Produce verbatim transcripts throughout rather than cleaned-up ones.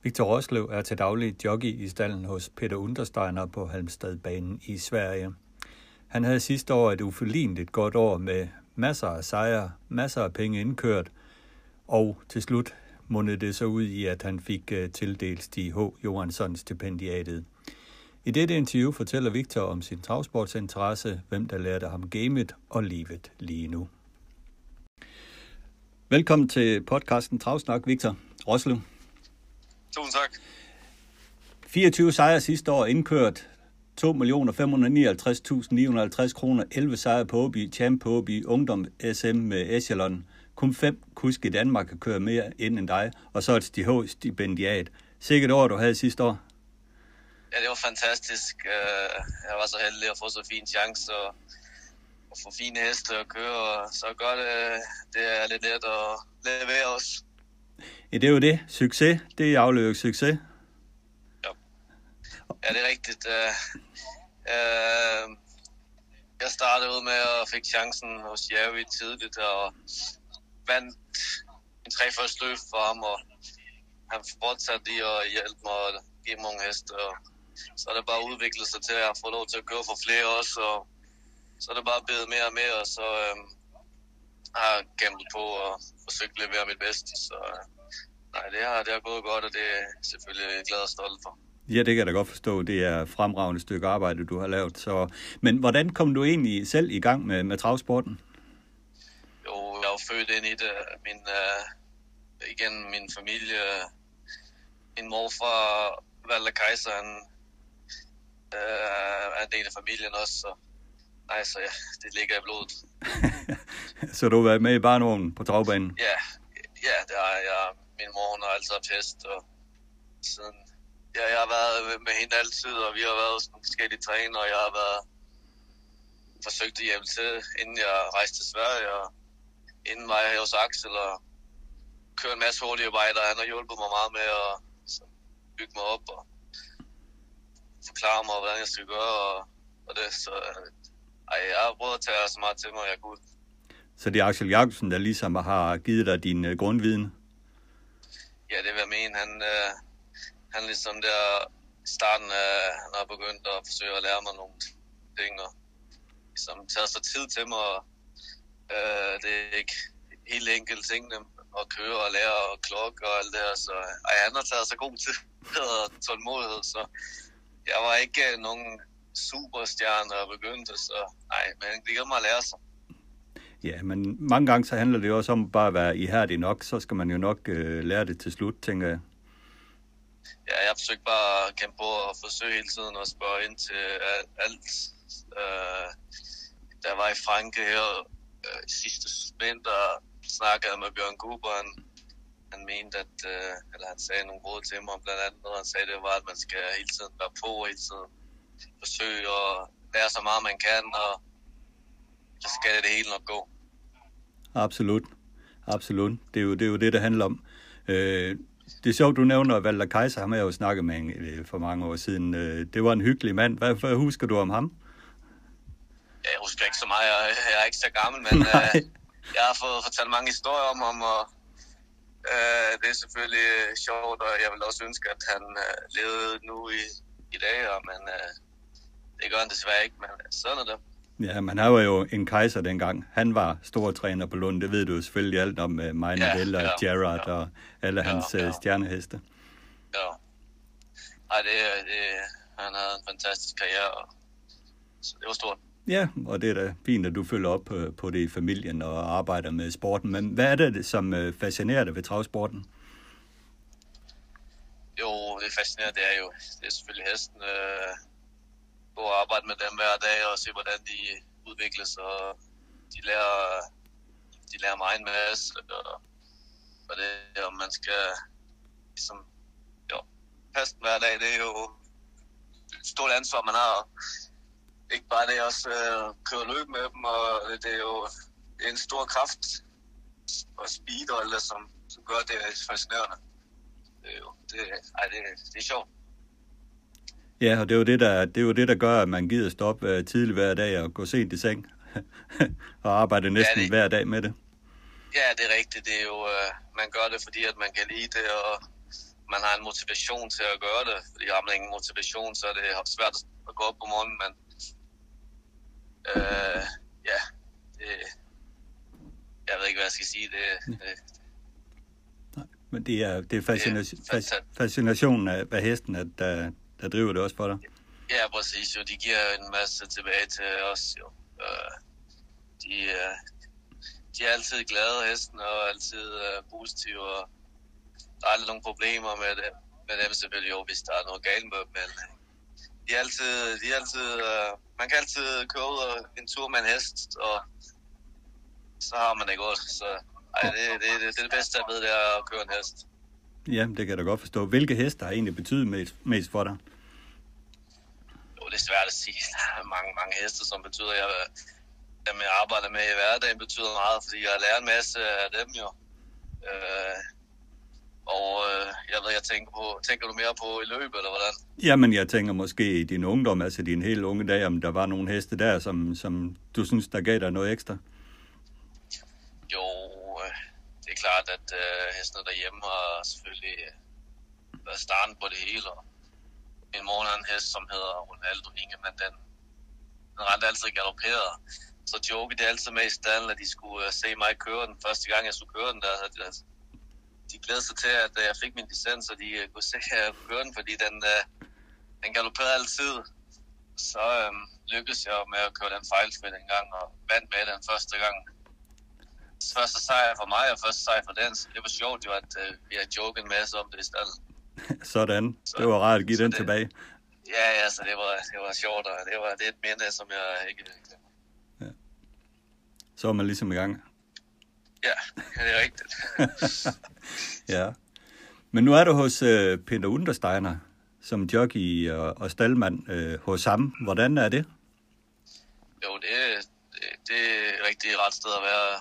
Victor Roslev er til daglig jockey i stalden hos Peter Untersteiner på Halmstadbanen i Sverige. Han havde sidste år et uforligneligt godt år med masser af sejre, masser af penge indkørt, og til slut mundede det så ud i, at han fik tildelt Stig H. Johansson-stipendiatet. I dette interview fortæller Victor om sin travsportsinteresse, hvem der lærte ham gamet og livet lige nu. Velkommen til podcasten Travsnak, Victor Roslev. Tusind tak. fireogtyve sejre sidste år indkørt, to millioner fem hundrede nioghalvtreds tusind ni hundrede og halvtreds kroner, elleve sejre på Åby, champ på Åby, ungdom S M med Echelon. Kun fem kusk i Danmark kan køre mere ind end dig, og så et Stig H-stipendiat. Sikkert år, du havde sidste år. Ja, det var fantastisk. Jeg var så heldig at få så fin chance og, og få fine heste at køre, så godt det er lidt let at levere os. Ja, det er jo det. Succes. Det er afløbet succes. Ja. Ja, det er rigtigt. Jeg startede ud med at fik chancen hos Jerry tidligt og vandt en tre første løb for ham, og han fortsatte i at hjælpe mig og give mig nogle heste, og så er det bare udviklet sig til at få lov til at køre for flere også, og så er det bare blevet mere og mere, og så øhm, har jeg gamblet på og forsøgt at levere mit bedste, så øh, nej, det har, det har gået godt, og det er selvfølgelig glad og stolt for. Ja, det kan jeg da godt forstå. Det er et fremragende stykke arbejde, du har lavet. Så... Men hvordan kom du egentlig selv i gang med, med travsporten? Jo, jeg er jo født ind i det. Min, uh, igen, min familie, min morfar, Valder Kaiser, han uh, er en del af familien også, så nej, så ja, det ligger i blodet. Så du har været med i barnevognen på travbanen? Ja, ja, det har jeg. Min mor, hun har altid haft hest, og siden... Ja, jeg har været med hende altid, og vi har været hos nogle forskellige træner, og jeg har været forsøgt at hjælpe til, inden jeg rejste til Sverige, og inden var jeg her hos Axel, og kørte en masse hurtige arbejder. Han har hjulpet mig meget med at bygge mig op, og forklare mig, hvordan jeg skal gøre, og, og det. Så ej, jeg har prøvet at tage så meget til mig, jeg kunne. Så det er Axel Jacobsen, der ligesom har givet dig din uh, grundviden? Ja, det vil jeg mene. Han... Uh, Han ligesom der i starten af, han har begyndt at forsøge at lære mig nogle ting, og ligesom taget sig tid til mig, og øh, det er ikke helt enkelt tingene at køre og lære og klokke og alt det her, så ej, han har taget sig god tid og tålmodighed, så jeg var ikke nogen superstjerne og begyndte, så nej, men det gør mig at lære sig. Ja, men mange gange så handler det jo også om bare at være ihærdig nok, så skal man jo nok øh, lære det til slut, tænker jeg. Ja, jeg forsøgte bare at kæmpe på og forsøge hele tiden at spørge ind til alt. Øh, der var i Franke her øh, sidste vinter, snakkede jeg med Bjørn Guber. Han, han mente, at, øh, eller han sagde nogle råd til mig, blandt andet, og han sagde, det var, at man skal hele tiden være på, hele tiden forsøge at lære så meget, man kan, og så skal det hele nok gå. Absolut. Absolut. Det er jo det, er jo det der handler om. Øh, Det er sjovt, du nævner Valder Kaiser, ham har jeg jo snakket med for mange år siden. Det var en hyggelig mand. Hvad, hvad husker du om ham? Ja, jeg husker ikke så meget. Jeg, jeg er ikke så gammel, men uh, jeg har fået fortalt mange historier om ham, og uh, det er selvfølgelig sjovt, og jeg vil også ønske, at han uh, levede nu i, i dag, og, men uh, det gør han desværre ikke, men sådan er det. Ja, men han var jo en kejser dengang. Han var stor træner på Lund. Det ved du selvfølgelig alt om uh, Mine ja, Bell og ja, Gerard ja. og alle ja, hans ja. Uh, stjerneheste. Ja. Ej, det, det, han havde en fantastisk karriere, og så det var stort. Ja, og det er da fint, at du følger op uh, på det i familien og arbejder med sporten. Men hvad er det, som uh, fascinerer dig ved travsporten? Jo, det fascinerer, det er jo det er selvfølgelig hesten. Øh, gå og arbejde med dem hver dag og se, hvordan de udvikler sig, og de lærer, de lærer mig en masse, og, og det, om man skal ligesom, jo, passe den hver dag, det er jo et stort ansvar, man har. Ikke bare det, også øh, køre løb med dem, og det, det er jo det er en stor kraft og speed og alt det, som, som gør det fascinerende. Det er jo, det, ej, det, det er sjovt. Ja, og det er jo det, der, det er jo det, der gør, at man gider stoppe uh, tidligt hver dag og gå sent i seng og arbejde næsten ja, det, hver dag med det. Ja, det er rigtigt. Det er jo, uh, man gør det, fordi at man kan lide det, og man har en motivation til at gøre det. Fordi har man ingen motivation, så er det svært at gå op på morgenen, men øh, ja, det, jeg ved ikke, hvad jeg skal sige. Det, det, Nej, men det er, det er fascination, det er fascinationen af, af hesten, at der, der driver det også for dig. Ja, præcis. Jo. De giver en masse tilbage til os. Jo. Øh, de, øh, de er altid glade, hesten, og altid øh, positive. Og der er aldrig nogen problemer med, det, med dem selvfølgelig, jo, hvis der er noget galt med dem. Men de er altid, de er altid, øh, man kan altid køre ud en tur med en hest, og så har man det godt. Så ej, det, det, det, det er det bedste, jeg ved, det er at køre en hest. Ja, det kan jeg da godt forstå. Hvilke heste har egentlig betydet mest, mest for dig? Jo, det er svært at sige. Der er mange, mange heste, som betyder, at jeg, dem jeg arbejder med i hverdagen, betyder meget, fordi jeg lærer en masse af dem jo. Øh, og øh, jeg ved, jeg tænker på, tænker du mere på i løbet, eller hvordan? Jamen, jeg tænker måske i din ungdom, altså din helt unge dag, om der var nogle heste der, som, som du synes, der gav dig noget ekstra? Jo, øh, det er klart, at øh, hestene derhjemme har selvfølgelig været starten på det hele. Og min mor har en hest, som hedder Ronaldo Inge, men den, den rendte altid galopperede. Så jokede det altid med i stallen, at de skulle uh, se mig køre den. Første gang, jeg skulle køre den, der de, de glædede sig til, at uh, jeg fik min licens, og de uh, kunne se, at jeg kunne køre den, fordi den, uh, den galopperede altid. Så um, lykkedes jeg med at køre den fejlfri den gang, og vandt med den første gang. Første sejr for mig, og første sejr for den, så det var sjovt jo, at uh, vi har joket en masse om det i stallen. Sådan. Så, det var rart at give den det, tilbage. Ja, ja, så det var, det var sjovt, og det var det er et minde, som jeg ikke glemmer. Ja. Så er man ligesom i gang. Ja, det er rigtigt. Ja. Men nu er du hos øh, Peter Untersteiner som jockey og, og staldmand øh, hos ham. Hvordan er det? Jo, det, det, det er rigtig ret sted at være.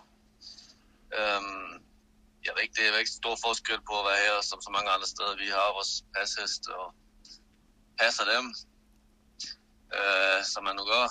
Øhm, jeg ved ikke, det er ikke stor forskel på at være her, som så mange andre steder. Vi har vores pashest og passer dem, øh, som man nu gør.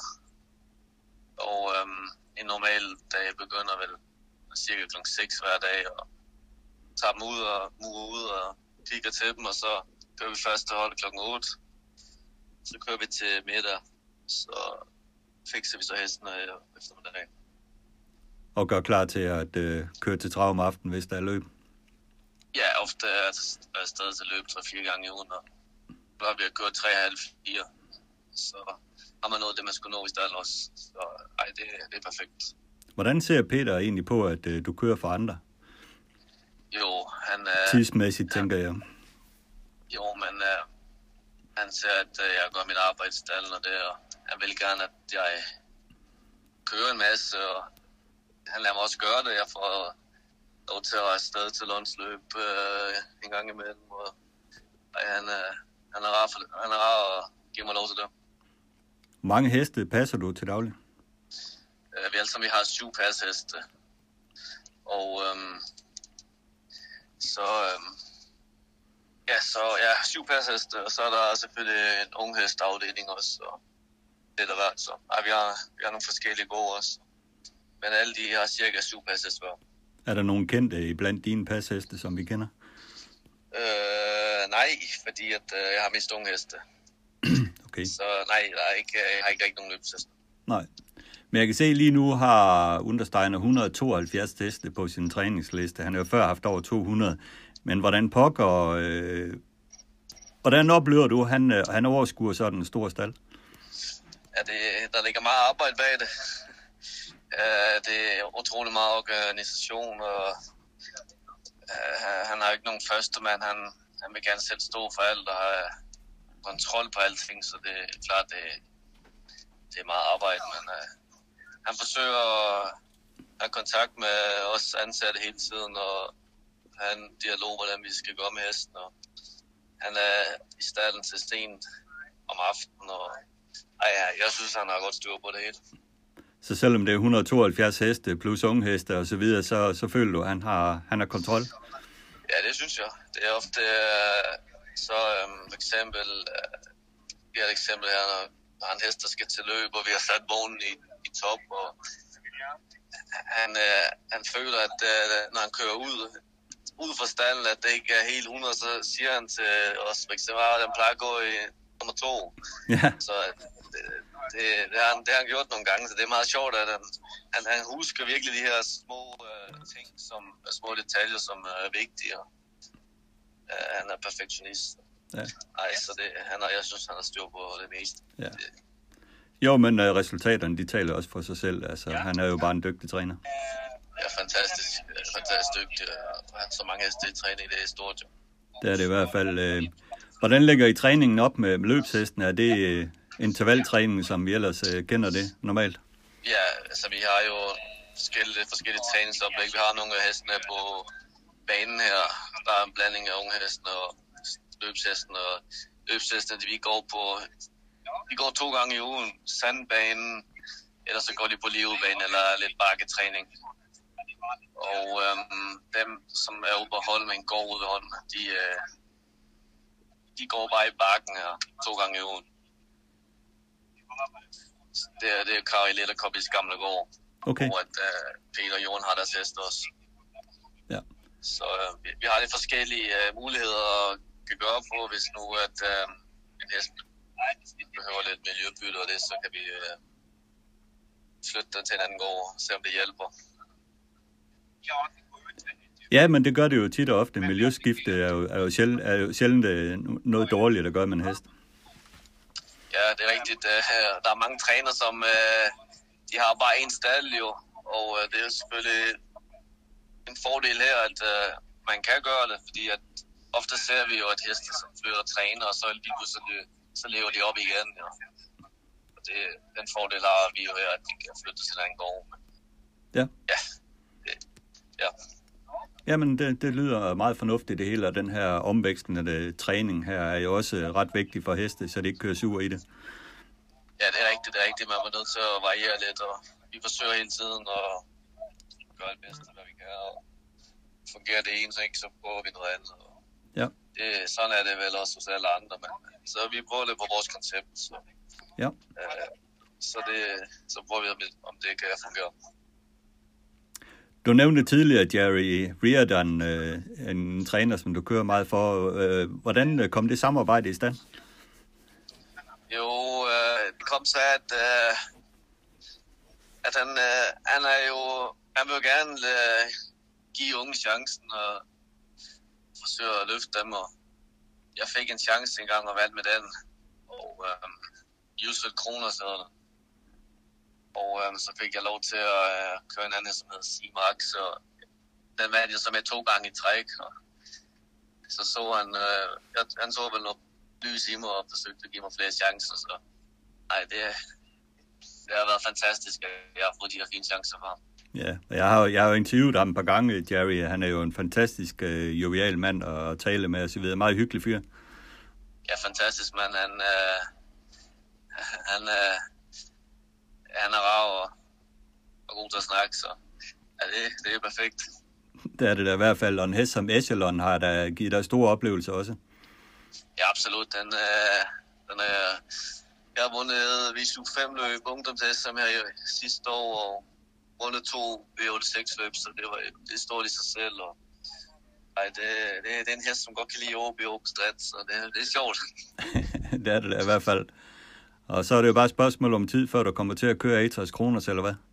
Og øhm, en normal dag begynder vel cirka klokken seks hver dag, og tager dem ud og murer ud og kigger til dem, og så kører vi første hold klokken otte. Så kører vi til middag, så fikser vi så hestene eftermiddag. Og gør klar til at øh, køre til trav om aftenen, hvis der er løb? Ja, ofte er jeg afsted til løb tre-fire gange i ugen, og så har vi kørt tre halv fire, så har man nået det, man skulle nå i stedet også. Så ej, det, det er perfekt. Hvordan ser Peter egentlig på, at øh, du kører for andre? Jo, han er... Tidsmæssigt, tænker jeg. Jo, men øh, han ser, at øh, jeg gør mit arbejde i stallen og det, og han vil gerne, at jeg kører en masse, og han lader mig også gøre det. Jeg får lov til at rejse sted til Lundsløb øh, en gang imellem, og ej, han, øh, han er rar, for, han er rar at give mig lov til det. Hvor mange heste passer du til daglig? Øh, vi, altså, vi har syv pasheste, og øhm, så, øhm, ja, så ja, syv pasheste, og så er der selvfølgelig en unghestafdeling også, og det der været, så ej, vi, har, vi har nogle forskellige gode også. Men alle de har cirka syv pasheste hver. Er der nogen kendte iblandt dine pasheste, som vi kender? Øh, nej, fordi at, øh, jeg har mest unge heste. Okay. Så nej, der er ikke, jeg har ikke rigtig nogen løbsheste. Nej. Men jeg kan se, lige nu har Untersteiner et hundrede og tooghalvfjerds heste på sin træningsliste. Han har jo før haft over to hundrede. Men hvordan pokker... Øh, hvordan oplever du, han, øh, han overskuer sådan en stor stald? Ja, det, der ligger meget arbejde bag det. Uh, det er utrolig meget organisation, og uh, han har ikke nogen første mand. Han, han vil gerne selv stå for alt og have kontrol på alting, så det er klart, det, det er meget arbejde. Men uh, han forsøger at have kontakt med os ansatte hele tiden, og have en dialog, hvordan vi skal gå med hesten. Og han er i stallen til sent om aftenen, og ej, jeg synes, han har godt styr på det hele. Så selvom det er et hundrede og tooghalvfjerds heste plus ungheste og så videre, så, så føler du, at han har, han har kontrol? Ja, det synes jeg. Det er ofte uh, så um, for eksempel, uh, vi har et eksempel her, når der er en hest, der skal til løb, og vi har sat vognen i, i top, og han, uh, han føler, at uh, når han kører ud, ud fra stallen, at det ikke er helt hundrede, så siger han til os, for eksempel, at han plejer at gå i nummer to. Ja. Så det, det, det, har han, det har han gjort nogle gange, så det er meget sjovt, at han, han, han husker virkelig de her små uh, ting, som små detaljer, som er vigtige. Uh, han er perfektionist. Ja. Ej, så det, han har, jeg synes, han har styr på det meste. Ja. Det, Jo, men uh, resultaterne, de taler også for sig selv. Altså, ja. Han er jo bare en dygtig træner. Ja, fantastisk. Fantastisk dygtig. Og han så mange heste i træning, det er stort jo. Det er det i hvert fald. Uh, hvordan ligger I træningen op med, med løbshesten? Er det uh, intervaltræning, som vi ellers uh, kender det normalt? Ja, altså vi har jo forskellige, forskellige træningsoplæg. Vi har nogle af hestene på banen her. Der er en blanding af unge hesten og løbshesten. Og løbshesten, vi går på... De går to gange i ugen, sandbanen, eller så går de på livebanen eller lidt bakketræning. Og øhm, dem, som er ude på Holmen, går ude ved Holmen, de, øh, de går bare i bakken her to gange i ugen. Det er, det er Kari Let og Kobbis gamle gård, okay. Hvor at, øh, Peter og Jon har deres heste også. Ja. Så øh, vi, vi har lidt forskellige øh, muligheder at kan gøre på, hvis nu at øh, en hest behøver lidt miljøbytte og det, så kan vi øh, flytte den til en anden gård og se om det hjælper. Ja, men det gør det jo tit og ofte. Miljøskifte er jo, er jo, sjældent, er jo sjældent noget dårligt at gøre med en hest. Ja, det er rigtigt. Der er mange træner, som de har bare en stald jo, og det er selvfølgelig en fordel her, at man kan gøre det, fordi at ofte ser vi jo, at heste som flytter træner, og så lige pludselig så lever de op igen. Jo. Og det, den fordel har vi jo her, at de kan flytte til en gård. Ja. Ja. Det, ja. Jamen, det, det lyder meget fornuftigt det hele, og den her omvækstende træning her er jo også ret vigtig for heste, så det ikke kører sur i det. Ja, det er rigtigt, det er rigtigt. Man er nødt til at variere lidt, og vi forsøger hele tiden at gøre det bedste, hvad vi kan, og fungerer det ene, så ikke, så prøver vi noget andet. Ja. Det, sådan er det vel også hos alle andre, men så vi prøver det på vores koncept, så, ja. øh, så, det, så prøver vi, om det kan fungere. Du nævnte tidligere Jerry Reardon, øh, en træner, som du kører meget for. Øh, hvordan kom det samarbejde i stand? Jo, øh, det kom så, at, øh, at han, øh, han er jo, han vil jo gerne øh, give unge chancen og forsøge at løfte dem, og jeg fik en chance engang og valgte med den, og øh, Jusel Kroner sidder der. Og øh, så fik jeg lov til at øh, køre en anden, som hedder C-Max, og den vandt jeg så med to gange i træk, og så så han, øh, jeg, han så vel noget lys i mig og forsøgte at give mig flere chancer, så nej, det, det har været fantastisk, at jeg har fået de her fine chancer fra ham. Ja, jeg har, jeg har jo interviewet ham et par gange, Jerry. Han er jo en fantastisk øh, jovial mand at tale med og så videre. Meget hyggelig fyr. Ja, fantastisk mand. Han, øh, han, øh, han er rar og, og god til at snakke, så ja, det, det er perfekt. Det er det da i hvert fald. Og en hest som Echelon har da givet dig store oplevelser også. Ja, absolut. Den, øh, den er, jeg har vundet V syv fem løb ungdomshest, som her sidste år, og vundet to V otte seks løb, så det, var, det står i sig selv. Og, ej, det, det, det er en hest, som godt kan lide O B O på stræt, så det, det er sjovt. Det er det da i hvert fald. Og så er det jo bare et spørgsmål om tid, før du kommer til at køre Atras Kronos, eller hvad?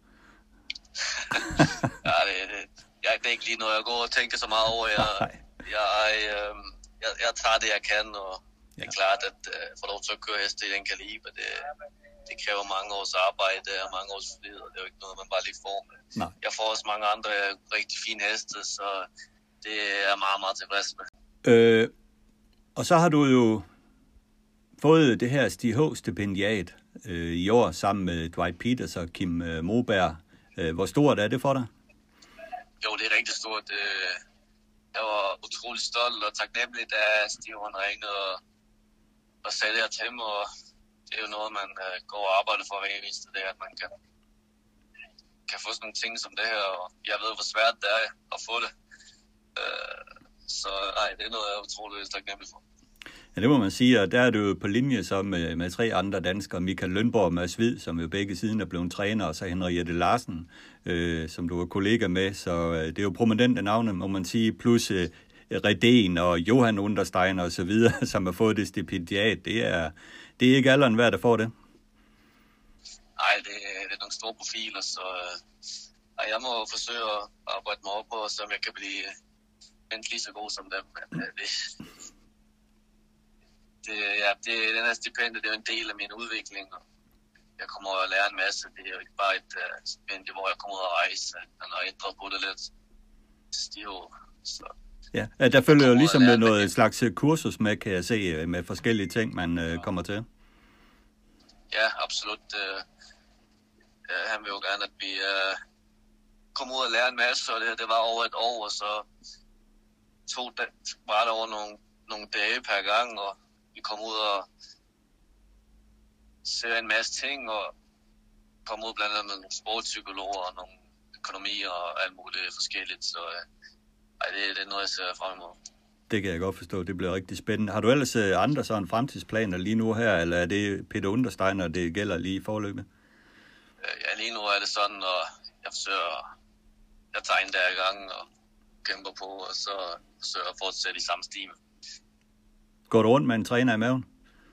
Ja, det, det, jeg, det er ikke lige noget, jeg går og tænker så meget over. Jeg, jeg, øh, jeg, jeg tager det, jeg kan, og det er klart, at uh, få lov til at køre heste i den kaliber, det, det kræver mange års arbejde og mange års flid, og det er jo ikke noget, man bare lige får med. Nej. Jeg får også mange andre rigtig fine heste, så det er meget, meget tilfreds med. Øh, og så har du jo fået det her Stig H-stipendiat øh, i år sammen med Dwight Peters og Kim øh, Moberg. Øh, hvor stort er det for dig? Jo, det er rigtig stort. Jeg var utrolig stolt og taknemmelig, da Stig ringede og, og sagde det her til mig, og det er jo noget, man uh, går og arbejder for hver eneste dag, at man kan, kan få sådan nogle ting som det her, og jeg ved, hvor svært det er at få det. Uh, så nej, det er noget, jeg er utrolig taknemmelig for. Ja, det må man sige, og der er du jo på linje så med, med tre andre danskere, Michael Lønborg og Mads Hvid, som jo begge siden er blevet træner, og så Henriette Larsen, øh, som du er kollega med, så øh, det er jo prominente navne, må man sige, plus øh, Redén og Johan Untersteiner og så videre, som har fået det stipendiat. Det er, det er ikke alderen værd, der får det. Nej, det, det er nogle store profiler, så øh, jeg må forsøge at arbejde mig op på, så jeg kan blive mindst lige så god som dem. Men, øh, det, det, ja, det, den her stipendie, det er jo en del af min udvikling, og jeg kommer at lære en masse. Det er jo ikke bare et uh, stipendie, hvor jeg kommer ud og rejse. Han har ændret på det lidt stiv. Så ja, der følger jo ligesom med noget slags kursus med, kan jeg se, med forskellige ting, man uh, kommer til. Ja, absolut. Uh, uh, han vil jo gerne, at vi uh, kommer ud og lære en masse, og det, det var over et år, og så to dage, var der over nogle, nogle dage per gang, og vi kom ud og ser en masse ting, og kom ud blandt andet med nogle sportspsykologer og nogle økonomi og alt muligt forskelligt, så uh, ej, det, det er noget, jeg ser frem imod. Det kan jeg godt forstå, det bliver rigtig spændende. Har du ellers andre sådan fremtidsplaner lige nu her, eller er det Peter Untersteiner, det gælder lige i forløbet? Ja, lige nu er det sådan, og jeg forsøger, jeg tager en dag i gang og kæmper på, og så forsøger jeg at fortsætte i samme stime. Går du rundt med en træner i maven?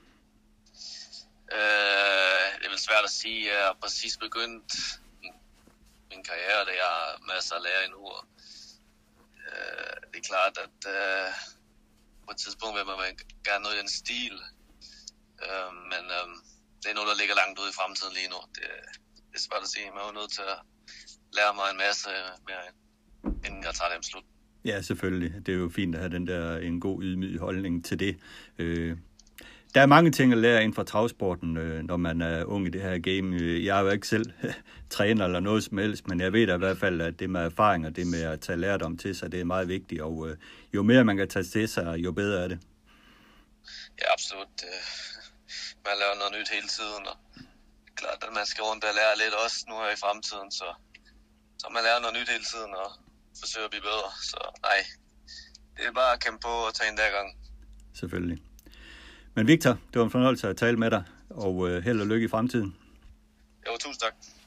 Øh, det er vel svært at sige. Jeg har præcis begyndt min, min karriere, der jeg har masser at lære endnu. Og, øh, det er klart, at øh, på et tidspunkt vil man gerne noget i den stil. Øh, men øh, det er noget, der ligger langt ude i fremtiden lige nu. Det, det er svært at sige. Man er jo nødt til at lære mig en masse mere, inden jeg tager det slut. Ja, selvfølgelig. Det er jo fint at have den der en god ydmyg holdning til det. Øh, der er mange ting at lære inden for travsporten, øh, når man er ung i det her game. Jeg er jo ikke selv træner eller noget som helst, men jeg ved da i hvert fald, at det med erfaring og det med at tage lærdom til sig, det er meget vigtigt. Og øh, jo mere man kan tage til sig, jo bedre er det. Ja, absolut. Man laver noget nyt hele tiden, og det er klart, at man skal rundt og lære lidt også nu her i fremtiden, så, så man lærer noget nyt hele tiden og forsøger at blive bedre. Så nej, det er bare at kæmpe på og tage en dag gang. Selvfølgelig. Men Victor, det var en fornøjelse at tale med dig, og øh, held og lykke i fremtiden. Jo, tusind tak.